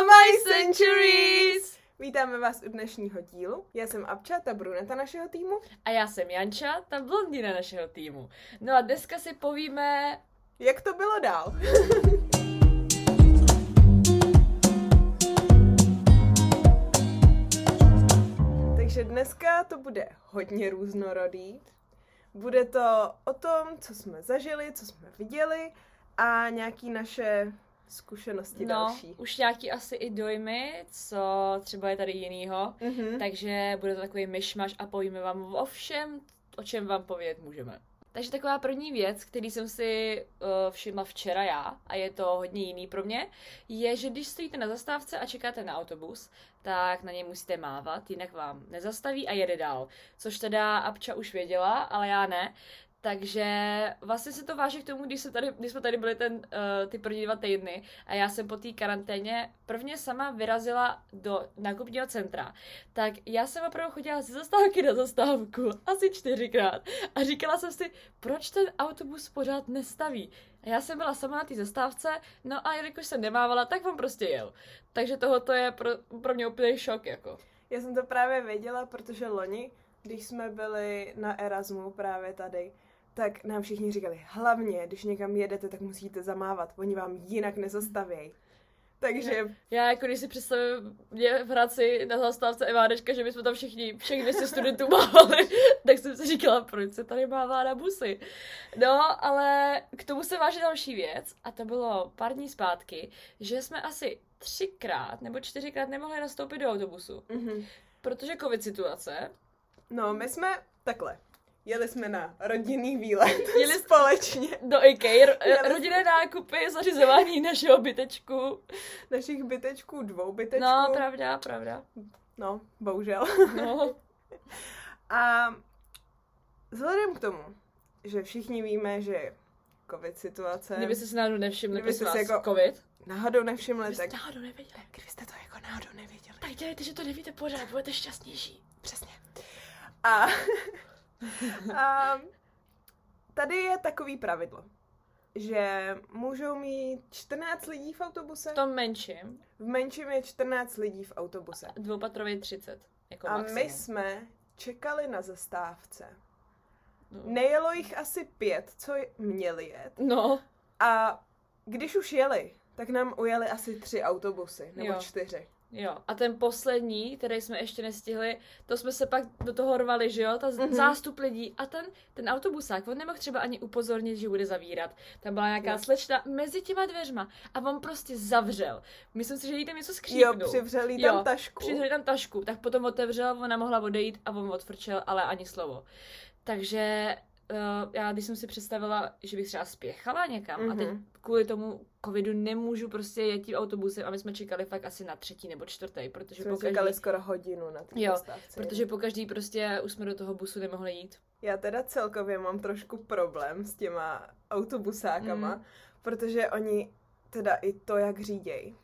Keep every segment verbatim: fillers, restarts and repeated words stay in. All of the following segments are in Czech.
my centuries! Vítáme vás u dnešního dílu. Já jsem Abča, ta bruneta našeho týmu. A já jsem Janča, ta blondýna našeho týmu. No a dneska si povíme... Jak to bylo dál? Takže dneska to bude hodně různorodý. Bude to o tom, co jsme zažili, co jsme viděli a nějaký naše zkušenosti no, další. Už nějaký asi i dojmy, co třeba je tady jinýho. Mm-hmm. Takže bude to takový myšmaš a povíme vám o všem, o čem vám povědět můžeme. Takže taková první věc, který jsem si uh, všimla včera já, a je to hodně jiný pro mě, je, že když stojíte na zastávce a čekáte na autobus, tak na něj musíte mávat, jinak vám nezastaví a jede dál. Což teda Abča už věděla, ale já ne. Takže vlastně se to váží k tomu, když, se tady, když jsme tady byli ten, uh, ty první dva týdny a já jsem po té karanténě prvně sama vyrazila do nákupního centra. Tak já jsem opravdu chodila ze zastávky na zastávku asi čtyřikrát a říkala jsem si, proč ten autobus pořád nestaví. A já jsem byla sama na té zastávce, no a jelikož jsem nemávala, tak on prostě jel. Takže tohoto je pro, pro mě úplně šok, jako. Já jsem to právě věděla, protože loni, když jsme byli na Erasmu právě tady, tak nám všichni říkali, hlavně, když někam jedete, tak musíte zamávat, oni vám jinak nezastavějí. Takže... Já jako když si představím mě v Hradci na zastávce Evádečka, že my jsme tam všichni, všech dvě stě studentů mávali, tak jsem si říkala, proč se tady mává na busy. No, ale k tomu se váží další věc, a to bylo pár dní zpátky, že jsme asi třikrát nebo čtyřikrát nemohli nastoupit do autobusu. Mm-hmm. Protože covid situace. No, my jsme takhle. Jeli jsme na rodinný výlet. Jeli společně. Do IKEA. Ro- rodinné nákupy, zařizování našeho bytečku. Našich bytečků, dvou bytečků. No, pravda, pravda. No, bohužel. No. A vzhledem k tomu, že všichni víme, že covid situace... Kdybyste si náhodou nevšimli, kdybyste vás jako covid. Náhodou nevšimli, kdybyste tak... náhodou nevěděli. Kdybyste to jako náhodou nevěděli. Tak dělejte, že to nevíte pořád, budete šťastnější. Přesně. A... A tady je takový pravidlo, že můžou mít čtrnáct lidí v autobuse. V tom menším. V menším je čtrnáct lidí v autobuse. Dvoupatrově třicet. Jako a maximum. my jsme čekali na zastávce. No. Nejelo jich asi pět, co měli jet. No. A když už jeli, tak nám ujeli asi tři autobusy, nebo jo. čtyři. Jo, a ten poslední, který jsme ještě nestihli, to jsme se pak do toho rvali, že jo, ta mm-hmm. zástup lidí a ten, ten autobusák, on nemohl třeba ani upozornit, že bude zavírat. Tam byla nějaká jo. slečna mezi těma dveřma a on prostě zavřel. Myslím si, že jí tam něco skřípnul. Jo, přivřel jí tam jo, tašku. přivřel jí tam tašku, tak potom otevřel, ona mohla odejít a on odfrčel, ale ani slovo. Takže... Uh, já když jsem si představila, že bych třeba spěchala někam mm-hmm. a teď kvůli tomu covidu nemůžu prostě jet tím autobusem a my jsme čekali fakt asi na třetí nebo čtvrtý, protože jsme po každý... čekali skoro hodinu na té zastávce. protože po každý prostě už jsme do toho busu nemohli jít. Já teda celkově mám trošku problém s těma autobusákama, mm. protože oni teda i to, jak říděj.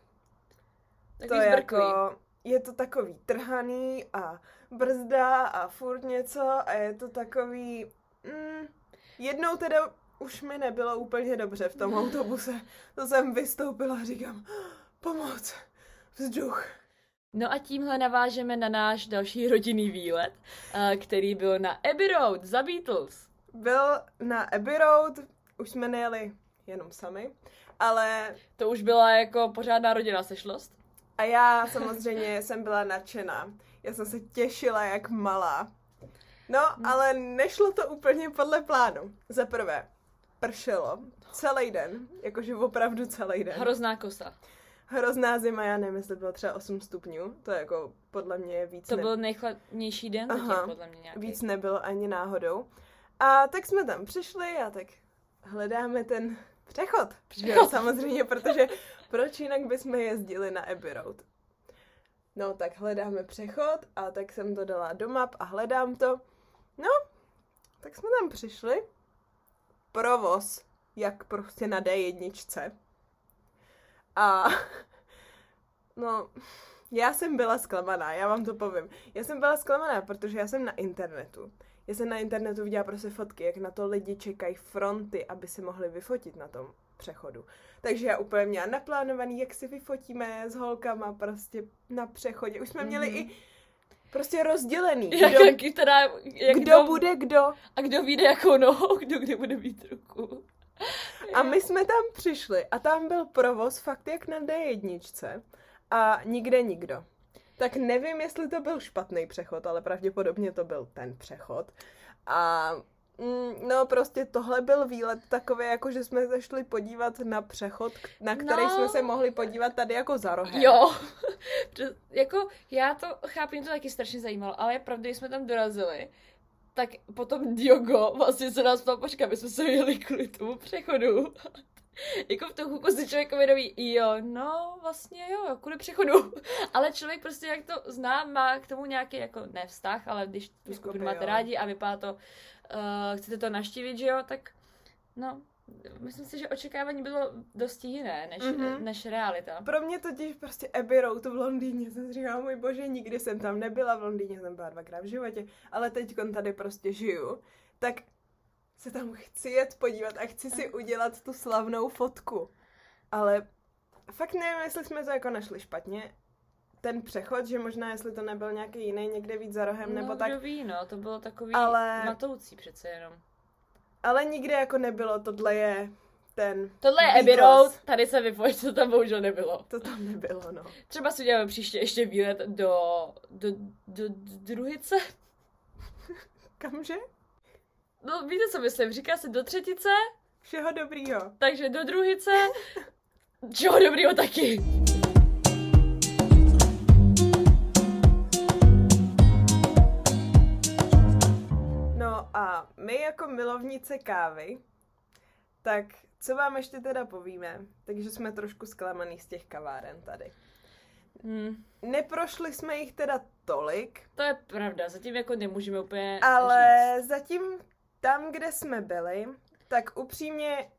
Tak to je jako... Je to takový trhaný a brzda a furt něco a je to takový... Mm, jednou teda už mi nebylo úplně dobře v tom autobuse. To jsem vystoupila a říkám, pomoc, vzduch. No a tímhle navážeme na náš další rodinný výlet, který byl na Abbey Road za Beatles. Byl na Abbey Road, už jsme nejeli jenom sami, ale... To už byla jako pořádná rodinná sešlost. A já samozřejmě jsem byla nadšená. Já jsem se těšila jak malá. No, ale nešlo to úplně podle plánu. Za prvé, pršelo celý den, jakože opravdu celý den. Hrozná kosa. Hrozná zima, já nevím, jestli bylo třeba osm stupňů, to je jako podle mě víc. To ne... byl nejchladnější den zatím, Aha, podle mě nějaký. Víc nebylo ani náhodou. A tak jsme tam přišli a tak hledáme ten přechod. přechod. Samozřejmě, protože proč jinak bychom jezdili na Abbey Road? No, tak hledáme přechod a tak jsem to dala do map a hledám to. No, tak jsme tam přišli. Provoz, jak prostě na dé jedna. A no, já jsem byla zklamaná, já vám to povím. Já jsem byla zklamaná, protože já jsem na internetu. Já jsem na internetu viděla prostě fotky, jak na to lidi čekají fronty, aby si mohli vyfotit na tom přechodu. Takže já úplně měla naplánovaný, jak si vyfotíme s holkama prostě na přechodě. Už jsme mm-hmm. měli i prostě rozdělený. Jak, kdo, jak, teda, jak kdo, kdo bude kdo. A kdo vyjde jakou nohou, kdo kde bude mít ruku. A my jsme tam přišli a tam byl provoz fakt jak na dé jedna a nikde nikdo. Tak nevím, jestli to byl špatný přechod, ale pravděpodobně to byl ten přechod. A mm, no prostě tohle byl výlet takový, jako že jsme se šli podívat na přechod, na který no. jsme se mohli podívat tady jako za rohem. Jo, jako já to chápu, mě to taky strašně zajímalo, ale je pravda, když jsme tam dorazili, tak potom Diogo vlastně se nás ptal, počkej, my jsme se jeli kvůli tomu přechodu. Jako v tom chuku si člověk vědomí, jo, no vlastně jo, kvůli přechodu. Ale člověk prostě, jak to zná, má k tomu nějaký, jako ne vztah, ale když tu skupinu máte rádi a vypadá to, uh, chcete to navštívit, že jo, tak no, myslím si, že očekávání bylo dosti jiné, než, mm-hmm. než realita. Pro mě totiž prostě Abbey Road v Londýně, jsem říkala, můj bože, nikdy jsem tam nebyla, v Londýně jsem byla dvakrát v životě, ale teď tady prostě žiju, tak se tam chci jet podívat a chci si udělat tu slavnou fotku. Ale fakt nevím, jestli jsme to jako našli špatně. Ten přechod, že možná jestli to nebyl nějaký jiný někde víc za rohem, no, nebo tak. No ví, no, to bylo takový ale... matoucí přece jenom. Ale nikde jako nebylo, tohle je ten... Tohle je Abbey Road, tady se vypojí, to tam bohužel nebylo. To tam nebylo, no. Třeba si uděláme příště ještě výlet do, do, do, do Druhice. Kamže? No víte, co myslím, říká se do Třetice. Všeho dobrýho. Takže do Druhice. Čeho dobrýho taky. No a my jako milovnice kávy, tak co vám ještě teda povíme? Takže jsme trošku zklamaný z těch kaváren tady. Hmm. Neprošli jsme jich teda tolik. To je pravda, zatím jako nemůžeme úplně ale říct. Zatím tam, kde jsme byli, tak upřímně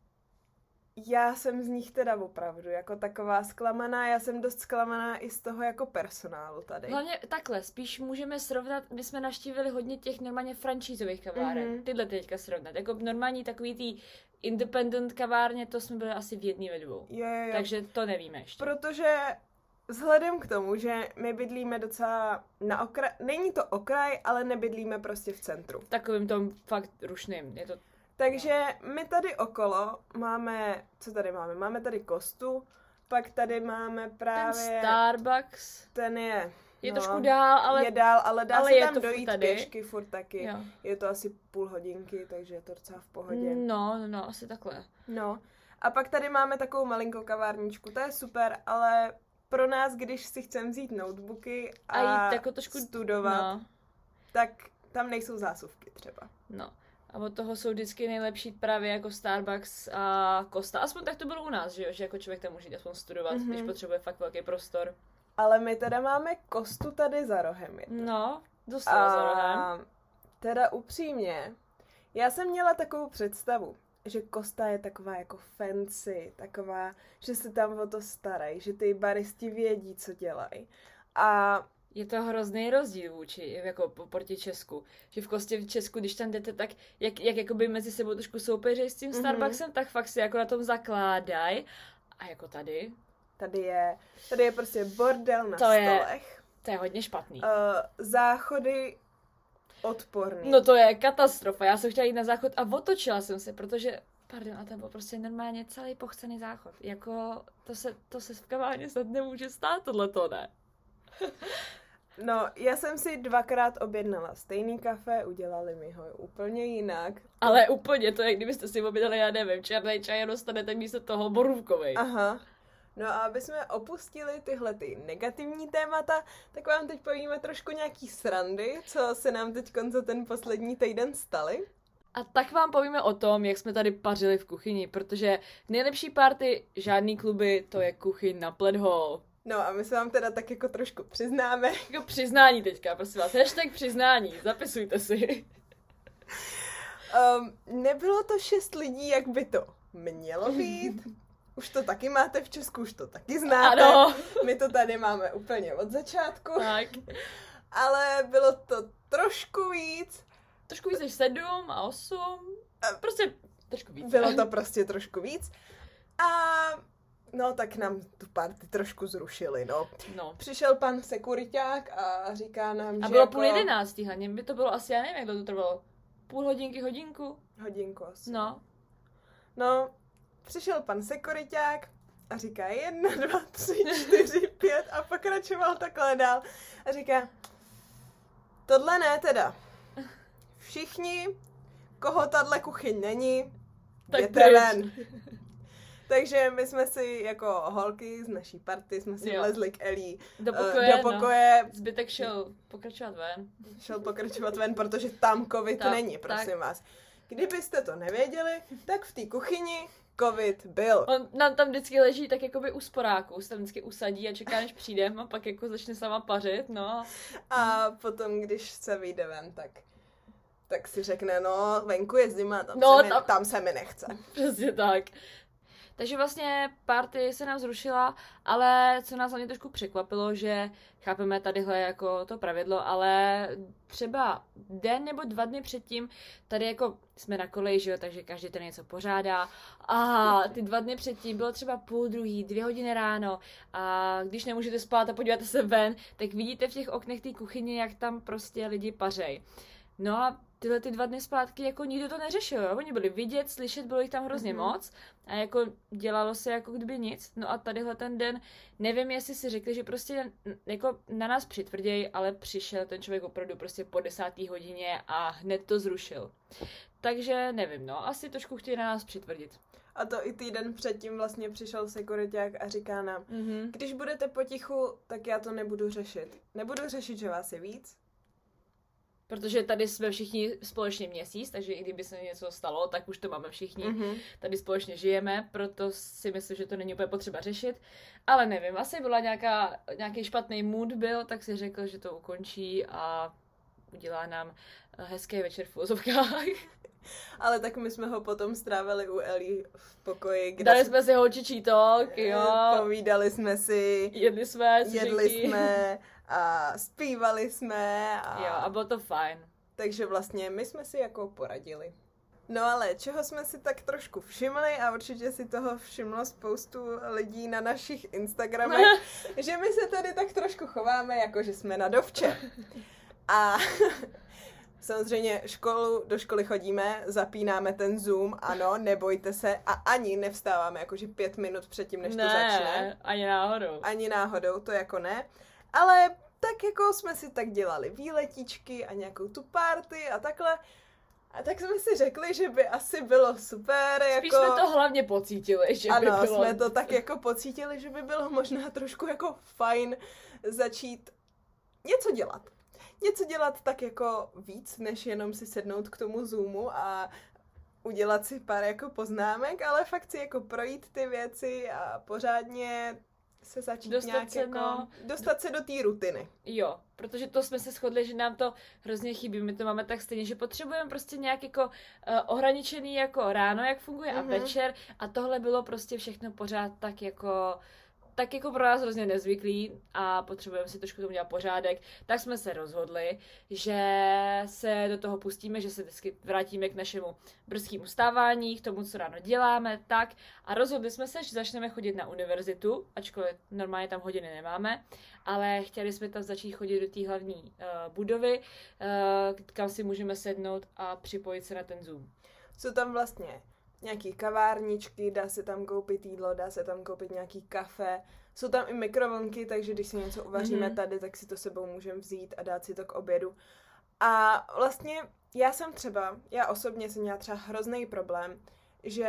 já jsem z nich teda opravdu jako taková zklamaná, já jsem dost zklamaná i z toho jako personálu tady. Hlavně takhle, spíš můžeme srovnat, my jsme navštívili hodně těch normálně franšízových kaváren, mm-hmm. tyhle teďka srovnat, jako normální takový tý independent kavárně, to jsme byli asi v jedný ve dvou, jo, jo, jo. Takže to nevíme ještě. Protože vzhledem k tomu, že my bydlíme docela na okraji, není to okraj, ale nebydlíme prostě v centru. V takovým tom fakt rušným, je to... Takže my tady okolo máme, co tady máme? Máme tady Kostu, pak tady máme právě... Ten Starbucks. Ten je... Je no, trošku dál, ale... Je dál, ale dá ale se je tam to dojít tady. pěšky furt taky. Jo. Je to asi půl hodinky, takže je to docela v pohodě. No, no, no, asi takhle. No. A pak tady máme takovou malinkou kavárničku, to je super, ale pro nás, když si chceme vzít notebooky a, a jít jako trošku studovat, no. tak tam nejsou zásuvky třeba. No. A od toho jsou vždycky nejlepší právě jako Starbucks a Costa. Aspoň tak to bylo u nás, že jo? Že jako člověk tam může jít aspoň studovat, mm-hmm. když potřebuje fakt velký prostor. Ale my teda máme Kostu tady za rohem. No, doslova za rohem. Teda upřímně, já jsem měla takovou představu, že Kosta je taková jako fancy, taková, že se tam o to starají, že ty baristi vědí, co dělají. A je to hrozný rozdíl vůči, jako proti Česku. Že v Kostě v Česku, když tam jdete, tak jak, jak jakoby mezi sebou trošku soupeří s tím Starbucksem, mm-hmm. tak fakt si jako na tom zakládají. A jako tady... Tady je, tady je prostě bordel na to stolech. Je, to je hodně špatný. Uh, záchody odporný. No to je katastrofa. Já jsem chtěla jít na záchod a otočila jsem se, protože, pardon, a tam byl prostě normálně celý pochcený záchod. Jako, to se, to se v kavárně snad nemůže stát, tohleto, ne? No, já jsem si dvakrát objednala stejný kafe, udělali mi ho úplně jinak. Ale úplně, to je, kdybyste si objednali, já nevím, černý čaj a dostanete místo toho borůvkovej. Aha. No a aby jsme opustili tyhle ty negativní témata, tak vám teď povíme trošku nějaký srandy, co se nám teď za ten poslední týden staly. A tak vám povíme o tom, jak jsme tady pařili v kuchyni, protože nejlepší party, žádný kluby, to je kuchyň na Pledhall. No a my se vám teda tak jako trošku přiznáme. Jako přiznání teďka, prosím vás. Hashtag přiznání, zapisujte si. Um, nebylo to šest lidí, jak by to mělo být. Už to taky máte v Česku, už to taky znáte. Ano. My to tady máme úplně od začátku. Tak. Ale bylo to trošku víc. Trošku víc než sedm a osm. Prostě trošku víc. Bylo to prostě trošku víc. A no, tak nám tu party trošku zrušili, no. no. Přišel pan sekuriťák a říká nám, a že bylo jako... půl jedenáctý, hlavně by to bylo asi, já nevím, jak to trvalo. Půl hodinky, hodinku? Hodinku asi. No. No, přišel pan sekuriťák a říká jedna, dva, tři, čtyři, pět a pokračoval takhle dál. A říká, tohle ne teda. Všichni, koho tahle kuchyň není, tak jděte ven. Takže my jsme si jako holky z naší party jsme si jo. vlezli k Elí do pokoje, do pokoje. No. Zbytek šel pokračovat ven. Šel pokračovat ven, protože tam covid tam, není, prosím tak. vás. Kdybyste to nevěděli, tak v té kuchyni covid byl. On nám tam vždycky leží tak jakoby u sporáku, se tam vždycky usadí a čeká, než přijdem a pak jako začne sama pařit, no. A potom, když se vyjde ven, tak tak si řekne, no, venku je zima, tam, no, se, mi, tam... tam se mi nechce. Přesně tak. Takže vlastně party se nám zrušila, ale co nás hlavně trošku překvapilo, že chápeme tadyhle jako to pravidlo, ale třeba den nebo dva dny předtím, tady jako jsme na koleji, že jo, takže každý ten něco pořádá a ty dva dny předtím bylo třeba půl druhý, dvě hodiny ráno a když nemůžete spát a podíváte se ven, tak vidíte v těch oknech té kuchyně, jak tam prostě lidi pařej. No a tyhle ty dva dny zpátky jako nikdo to neřešil, jo? Oni byli vidět, slyšet, bylo jich tam hrozně mm-hmm. moc a jako dělalo se jako kdyby nic. No a tadyhle ten den, nevím, jestli si řekli, že prostě jako na nás přitvrděj, ale přišel ten člověk opravdu prostě po desáté hodině a hned to zrušil. Takže nevím, no, asi trošku chtějí na nás přitvrdit. A to i týden předtím vlastně přišel sekuriťák a říká nám, mm-hmm. když budete potichu, tak já to nebudu řešit. Nebudu řešit, že vás je víc. Protože tady jsme všichni společně měsíc, takže i kdyby se něco stalo, tak už to máme všichni. Mm-hmm. Tady společně žijeme, proto si myslím, že to není úplně potřeba řešit. Ale nevím, asi byla nějaká, nějaký špatný mood byl, tak si řekl, že to ukončí a udělá nám hezký večer v úzovkách. Ale tak my jsme ho potom strávili u Elí v pokoji. Kde Dali jsme si holčičí talk, jo. Povídali jsme si. Jedli jsme. Jedli jsme a zpívali jsme. A... Jo, a bylo to fajn. Takže vlastně my jsme si jako poradili. No ale čeho jsme si tak trošku všimli a určitě si toho všimlo spoustu lidí na našich Instagramech, že my se tady tak trošku chováme, jako že jsme na dovče. A samozřejmě školu, do školy chodíme, zapínáme ten Zoom, ano, nebojte se a ani nevstáváme jakože pět minut předtím, než ne, to začne. ani náhodou. Ani náhodou, to jako ne. Ale tak jako jsme si tak dělali výletičky a nějakou tu party a takhle. A tak jsme si řekli, že by asi bylo super. Spíš jako... jsme to hlavně pocítili, že ano, by bylo... jsme to tak jako pocítili, že by bylo možná trošku jako fajn začít něco dělat. Něco dělat tak jako víc, než jenom si sednout k tomu Zoomu a udělat si pár jako poznámek, ale fakt si jako projít ty věci a pořádně se začít dostat nějak se, jako... no, dostat se do té rutiny. Jo, protože to jsme se shodli, že nám to hrozně chybí. My to máme tak stejně, že potřebujeme prostě nějak jako uh, ohraničený jako ráno, jak funguje, mm-hmm. a večer. A tohle bylo prostě všechno pořád tak jako... tak jako pro nás hrozně nezvyklý a potřebujeme si trošku tomu dělat pořádek, tak jsme se rozhodli, že se do toho pustíme, že se vždycky vrátíme k našemu brzkému stávání, k tomu, co ráno děláme, tak a rozhodli jsme se, že začneme chodit na univerzitu, ačkoliv normálně tam hodiny nemáme, ale chtěli jsme tam začít chodit do té hlavní uh, budovy, uh, kam si můžeme sednout a připojit se na ten Zoom. Co tam vlastně? Nějaký kavárničky, dá se tam koupit jídlo, dá se tam koupit nějaký kafe. Jsou tam i mikrovlnky, takže když si něco uvaříme mm-hmm. tady, tak si to sebou můžeme vzít a dát si to k obědu. A vlastně já jsem třeba, já osobně jsem měla třeba hrozný problém, že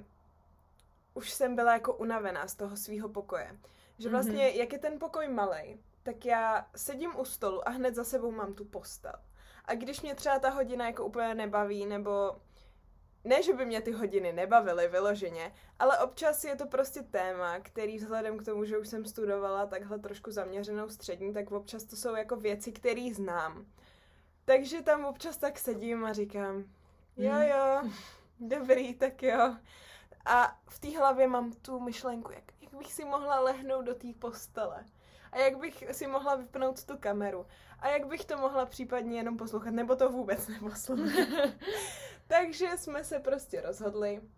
už jsem byla jako unavená z toho svýho pokoje. Že vlastně, mm-hmm. jak je ten pokoj malej, tak já sedím u stolu a hned za sebou mám tu postel. A když mě třeba ta hodina jako úplně nebaví, nebo... Ne, že by mě ty hodiny nebavily vyloženě, ale občas je to prostě téma, který vzhledem k tomu, že už jsem studovala takhle trošku zaměřenou střední, tak občas to jsou jako věci, které znám. Takže tam občas tak sedím a říkám, jo jo, dobrý, tak jo. A v té hlavě mám tu myšlenku, jak, jak bych si mohla lehnout do té postele. A jak bych si mohla vypnout tu kameru. A jak bych to mohla případně jenom poslouchat, nebo to vůbec neposlouchat. Takže jsme se prostě rozhodli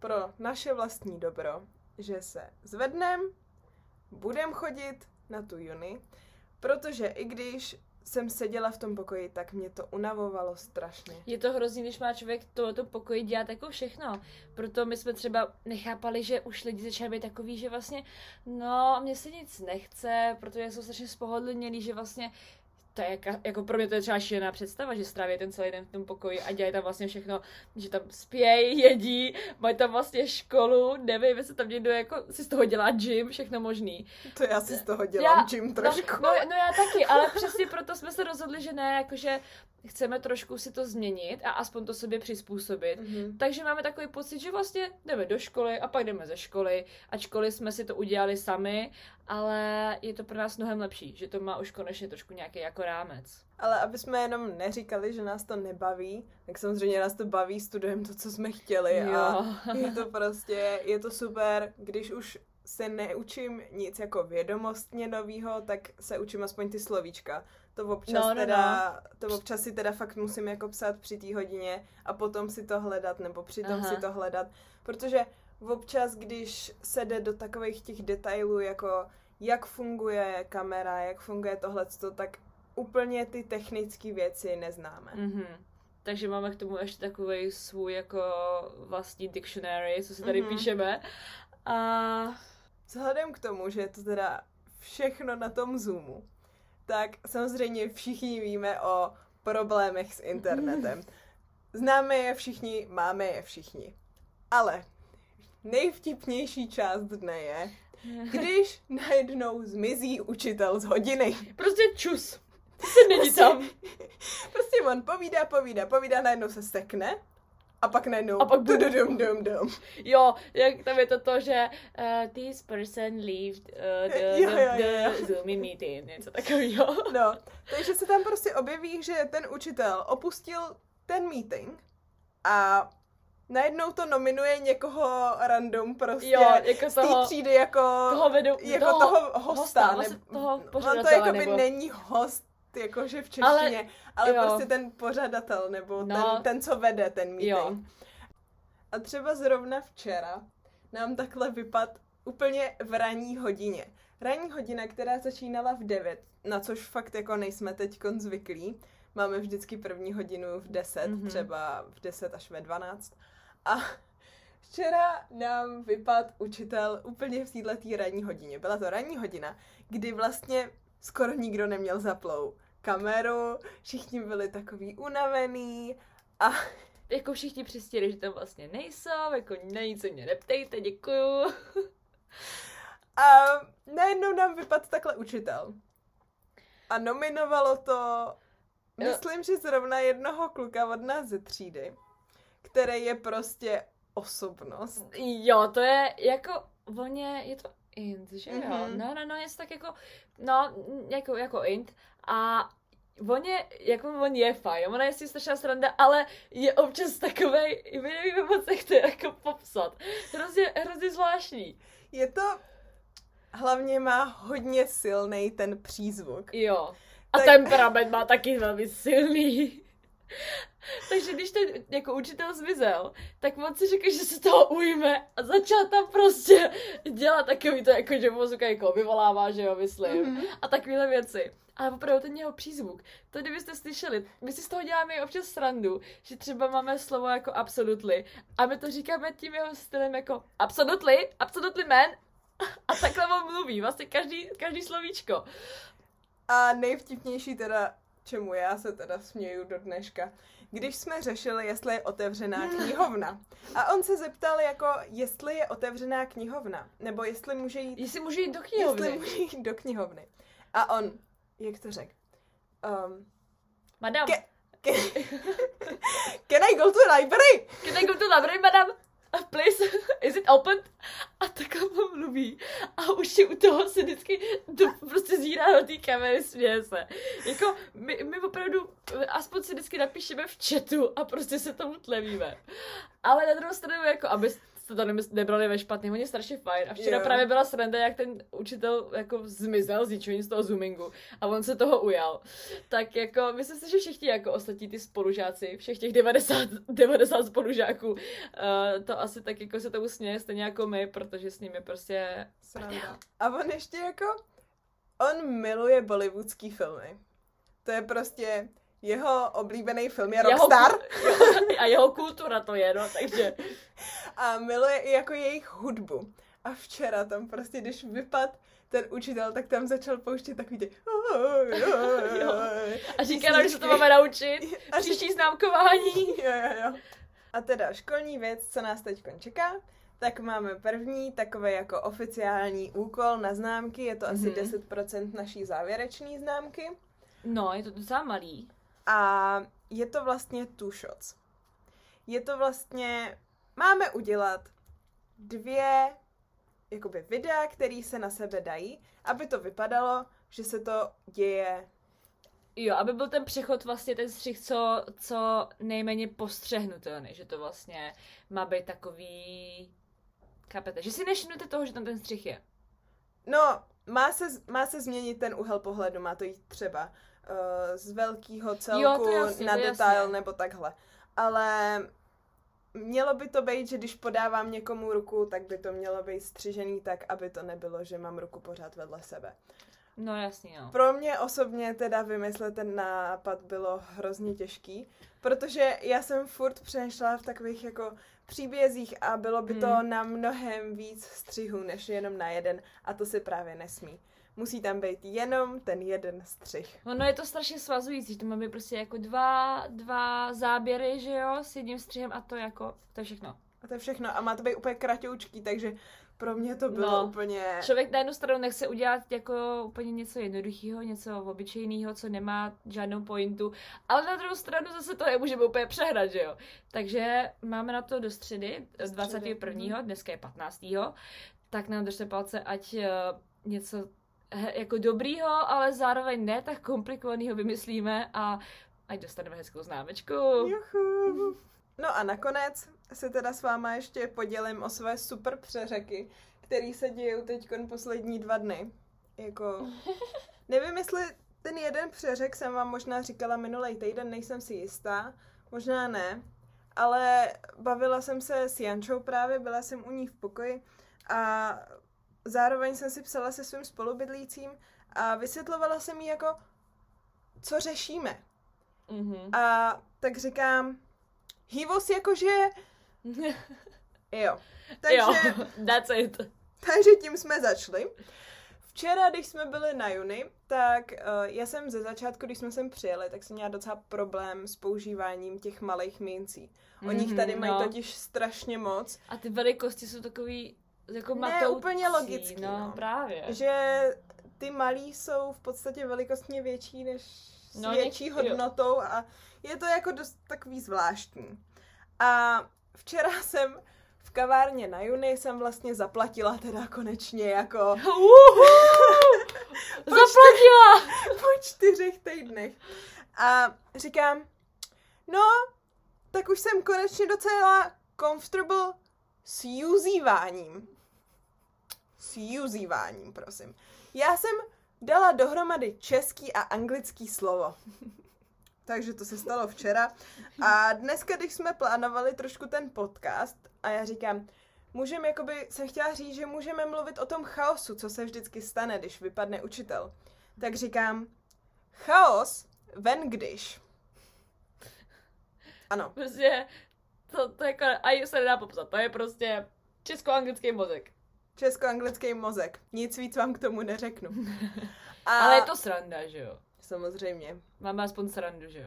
pro naše vlastní dobro, že se zvednem, budem chodit na tu uni, protože i když jsem seděla v tom pokoji, tak mě to unavovalo strašně. Je to hrozný, když má člověk tohoto pokoji dělat jako všechno. Proto my jsme třeba nechápali, že už lidi začali být takový, že vlastně, no, mně se nic nechce, protože jsou strašně spohodlnělí, že vlastně to je jako, jako pro mě to je třeba šílená představa, že stráví ten celý den v tom pokoji a dělají tam vlastně všechno, že tam spějí, jedí, mají tam vlastně školu, nevím, jestli tam někdo jako si z toho dělá gym, všechno možný. To já si z toho dělám já, gym trošku. No, no, no já taky, ale přesně proto jsme se rozhodli, že ne, jakože chceme trošku si to změnit a aspoň to sobě přizpůsobit. Mm-hmm. Takže máme takový pocit, že vlastně jdeme do školy a pak jdeme ze školy. A školy jsme si to udělali sami, ale je to pro nás mnohem lepší, že to má už konečně trošku nějaký jako rámec. Ale aby jsme jenom neříkali, že nás to nebaví, tak samozřejmě nás to baví, studujeme to, co jsme chtěli jo. A je to prostě, je to super, když už se neučím nic jako vědomostně novýho, tak se učím aspoň ty slovíčka. To občas, no, no, teda, no. to občas si teda fakt musím jako psát při té hodině a potom si to hledat, nebo přitom Aha. si to hledat, protože občas, když se jde do takových těch detailů, jako jak funguje kamera, jak funguje tohleto, tak úplně ty technické věci neznáme. Mm-hmm. Takže máme k tomu ještě takovej svůj jako vlastní dictionary, co si tady mm-hmm. píšeme. A vzhledem k tomu, že je to teda všechno na tom Zoomu, tak samozřejmě všichni víme o problémech s internetem. Známe je všichni, máme je všichni. Ale nejvtipnější část dne je, když najednou zmizí učitel z hodiny. Prostě čus. Se není prostě, tam. Prostě on povídá, povídá, povídá, najednou se sekne. A pak najednou a pak dum, dum, dum, dum. Jo, jak tam je to to, že uh, this person left uh, the, jo, the, jo, the jo. Zoom meeting, něco takového. No, takže se tam prostě objeví, že ten učitel opustil ten meeting a najednou to nominuje někoho random prostě jo, jako z té třídy jako toho, vedu, jako toho, toho hosta. hosta ne, vlastně toho on to jakoby nebo není host, jakože v češtině, ale, ale prostě ten pořadatel, nebo no, ten, ten, co vede ten meeting. Jo. A třeba zrovna včera nám takhle vypad úplně v ranní hodině. Ranní hodina, která začínala v devět, na což fakt jako nejsme teďkon zvyklí. Máme vždycky první hodinu v deset, mm-hmm. třeba v deset až ve dvanáct. A včera nám vypad učitel úplně v této ranní hodině. Byla to ranní hodina, kdy vlastně skoro nikdo neměl zaplou kameru, všichni byli takový unavený a jako všichni přistěli, že tam vlastně nejsou, jako na nic se mě neptejte, děkuju. A najednou nám vypadl takhle učitel. A nominovalo to, myslím, že zrovna jednoho kluka od nás ze třídy, který je prostě osobnost. Jo, to je jako, on je, je to int, že jo? Mm-hmm. No, no, no, je to tak jako, no, jako, jako int. A on je, jako on je fajn, ona je si strašná sranda, ale je občas takovej, my nevíme moc, jak to jako popsat. Hrozně, hrozně zvláštní. Je to, hlavně má hodně silný ten přízvuk. Jo. A tak temperament má taky velmi silný. Takže když ten jako učitel zmizel, tak on si řekl, že se toho ujme a začal tam prostě dělat takový to, jako že mozka jako vyvolává, že jo, myslím. Mm-hmm. A takovéhle věci. Ale opravdu ten jeho přízvuk, to kdybyste slyšeli, my si z toho děláme občas srandu, že třeba máme slovo jako absolutely a my to říkáme tím jeho stylem jako absolutely, absolutely man a takhle on mluví, vlastně každý, každý slovíčko. A nejvtipnější teda, čemu já se teda směju do dneška, když jsme řešili, jestli je otevřená knihovna. A on se zeptal jako, jestli je otevřená knihovna, nebo jestli může jít... Jestli může jít do knihovny. Jestli může jít do knihovny. A on, jak to řekl? Um, Madam. Ke, ke, can I go to the library? Can I go to the library, madam? Please, is it open? A takhle on mluví. A už je u toho se vždycky to prostě zírá do té kamery, směje se. Jako, my, my opravdu aspoň si vždycky napíšeme v chatu a prostě se tomu tlevíme. Ale na druhou stranu, jako, aby jste to nebrali ve špatným, oni strašně fajn. A včera jo. právě byla sranda, jak ten učitel jako zmizel z ničeho z toho zoomingu a on se toho ujal. Tak jako, myslím si, že všichni jako ostatní ty spolužáci, všech těch devadesát, devadesát spolužáků, uh, to asi tak jako se tomu směje stejně jako my, protože s nimi prostě sranda. A on ještě jako, on miluje bollywoodský filmy. To je prostě jeho oblíbený film je Rockstar. Jeho, a jeho kultura to je, no, takže. A miluje i jako jejich hudbu. A včera tam prostě, když vypad ten učitel, tak tam začal pouštět takový ty... A říká nám, že se to máme naučit. A příští známkování. Jo, jo, jo. A teda školní věc, co nás teď čeká, tak máme první takový jako oficiální úkol na známky, je to asi mm-hmm. deset procent naší závěrečné známky. No, je to docela malý. A je to vlastně two shots. Je to vlastně, máme udělat dvě jakoby videa, které se na sebe dají, aby to vypadalo, že se to děje. Jo, aby byl ten přechod vlastně ten střih, co, co nejméně postřehnutelný, že to vlastně má být takový, kapete, že si nevšimnete toho, že tam ten střih je. No, má se, má se změnit ten úhel pohledu, má to jít třeba uh, z velkého celku jo, to jasně, na to detail jasně. nebo takhle. Ale mělo by to být, že když podávám někomu ruku, tak by to mělo být střižený tak, aby to nebylo, že mám ruku pořád vedle sebe. No jasně, no. Pro mě osobně teda vymyslet ten nápad bylo hrozně těžký, protože já jsem furt přemýšlela v takových jako příbězích a bylo by to hmm. na mnohem víc střihů, než jenom na jeden a to si právě nesmí. Musí tam být jenom ten jeden střih. No je to strašně svazující, to má být prostě jako dva, dva záběry, že jo, s jedním střihem a to jako, to je všechno. A to je všechno a má to být úplně kratoučký, takže pro mě to bylo no. úplně... Člověk na jednu stranu nechce udělat jako úplně něco jednoduchého, něco obyčejného, co nemá žádnou pointu, ale na druhou stranu zase to nemůžeme úplně přehnat, že jo. Takže máme na to do středy, do dvacátého prvního dneska je patnáctého tak nám držte palce, ať uh, něco he, jako dobrýho, ale zároveň ne tak komplikovaného vymyslíme a ať dostaneme hezkou známečku. Juhu. No a nakonec se teda s váma ještě podělím o své super přeřeky, které se dějou teďkon poslední dva dny. Jako, nevím, jestli ten jeden přeřek jsem vám možná říkala minulej týden, nejsem si jistá, možná ne, ale bavila jsem se s Jančou právě, byla jsem u ní v pokoji a zároveň jsem si psala se svým spolubydlícím a vysvětlovala jsem jí jako, co řešíme. Mm-hmm. A tak říkám, he was jakože... jo. Takže, jo, that's it. Takže tím jsme začali. Včera, když jsme byli na Uni, tak uh, já jsem ze začátku, když jsme sem přijeli, tak jsem měla docela problém s používáním těch malých mincí. O nich mm-hmm, tady mají no. totiž strašně moc. A ty velikosti jsou takový jako matoucí. Ne, úplně logický. No, no. právě. Že ty malí jsou v podstatě velikostně větší než s no, větší něk... hodnotou a je to jako dost takový zvláštní. A včera jsem v kavárně na Uni jsem vlastně zaplatila teda konečně jako... Zaplatila! Po čtyřech týdnech. A říkám, no, tak už jsem konečně docela comfortable s usíváním. S usíváním, prosím. Já jsem dala dohromady český a anglický slovo. Takže to se stalo včera. A dneska, když jsme plánovali trošku ten podcast, a já říkám, můžeme, jakoby, jsem chtěla říct, že můžeme mluvit o tom chaosu, co se vždycky stane, když vypadne učitel. Tak říkám, chaos, ven když. Ano. Prostě, to, to jako, a se nedá popsat, to je prostě česko-anglický mozek. Česko-anglický mozek. Nic víc vám k tomu neřeknu. A... Ale je to sranda, že jo? Samozřejmě. Máme aspoň srandu, že jo?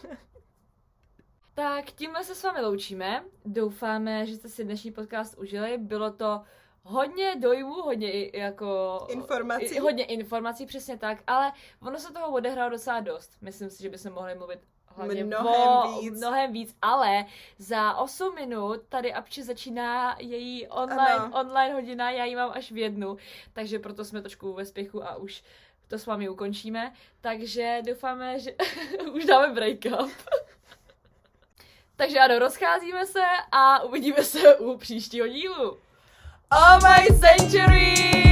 Tak tímhle se s vámi loučíme. Doufáme, že jste si dnešní podcast užili. Bylo to hodně dojmů, hodně jako... Informací. Hodně informací, přesně tak, ale ono se toho odehrálo docela dost. Myslím si, že bychom mohli mluvit hlavně mnohem o, víc. mnohem víc, ale za osm minut tady Apči začíná její online, online hodina, já ji mám až v jednu, takže proto jsme trošku ve spěchu a už to s vámi ukončíme, takže doufáme, že už dáme break up. Takže ano, rozcházíme se a uvidíme se u příštího dílu. Oh my century!